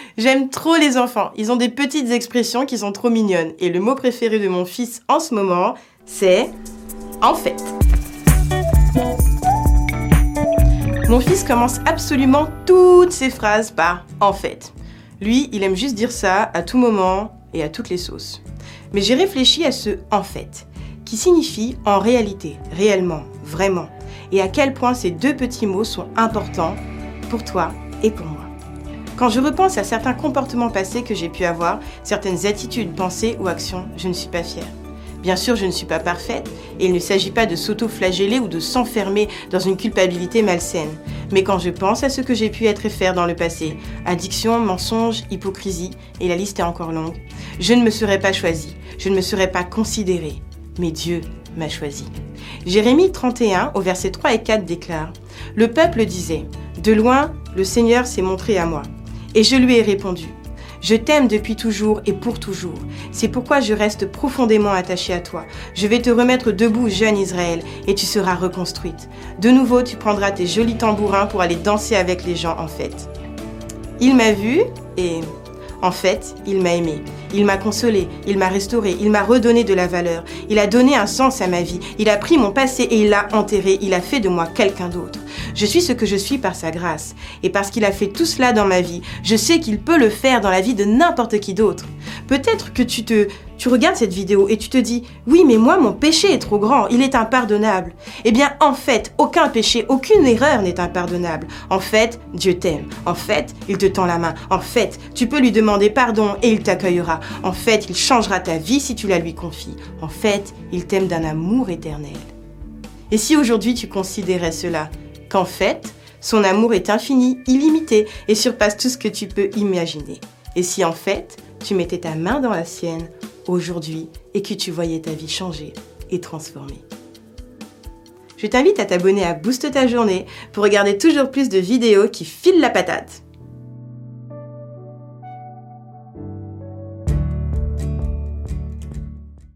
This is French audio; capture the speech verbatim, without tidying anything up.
J'aime trop les enfants, ils ont des petites expressions qui sont trop mignonnes. Et le mot préféré de mon fils en ce moment, c'est « en fait ». Mon fils commence absolument toutes ses phrases par « en fait ». Lui, il aime juste dire ça à tout moment et à toutes les sauces. Mais j'ai réfléchi à ce « en fait », qui signifie « en réalité »,« réellement »,« vraiment », et à quel point ces deux petits mots sont importants pour toi et pour moi. Quand je repense à certains comportements passés que j'ai pu avoir, certaines attitudes, pensées ou actions, je ne suis pas fière. Bien sûr, je ne suis pas parfaite et il ne s'agit pas de s'auto-flageller ou de s'enfermer dans une culpabilité malsaine. Mais quand je pense à ce que j'ai pu être et faire dans le passé, addiction, mensonge, hypocrisie, et la liste est encore longue, je ne me serais pas choisie, je ne me serais pas considérée, mais Dieu m'a choisie. Jérémie trente et un, au verset trois et quatre déclare « Le peuple disait, de loin, le Seigneur s'est montré à moi. Et je lui ai répondu, je t'aime depuis toujours et pour toujours. C'est pourquoi je reste profondément attachée à toi. Je vais te remettre debout, jeune Israël, et tu seras reconstruite. De nouveau, tu prendras tes jolis tambourins pour aller danser avec les gens en fête. Il m'a vu et... En fait, il m'a aimé, il m'a consolé, il m'a restauré, il m'a redonné de la valeur, il a donné un sens à ma vie, il a pris mon passé et il l'a enterré, il a fait de moi quelqu'un d'autre. Je suis ce que je suis par sa grâce, et parce qu'il a fait tout cela dans ma vie, je sais qu'il peut le faire dans la vie de n'importe qui d'autre. Peut-être que tu te... Tu regardes cette vidéo et tu te dis « Oui, mais moi, mon péché est trop grand, il est impardonnable. » Eh bien, en fait, aucun péché, aucune erreur n'est impardonnable. En fait, Dieu t'aime. En fait, il te tend la main. En fait, tu peux lui demander pardon et il t'accueillera. En fait, il changera ta vie si tu la lui confies. En fait, il t'aime d'un amour éternel. Et si aujourd'hui tu considérais cela, qu'en fait, son amour est infini, illimité et surpasse tout ce que tu peux imaginer. Et si en fait, tu mettais ta main dans la sienne aujourd'hui et que tu voyais ta vie changer et transformer. Je t'invite à t'abonner à Booste ta journée pour regarder toujours plus de vidéos qui filent la patate.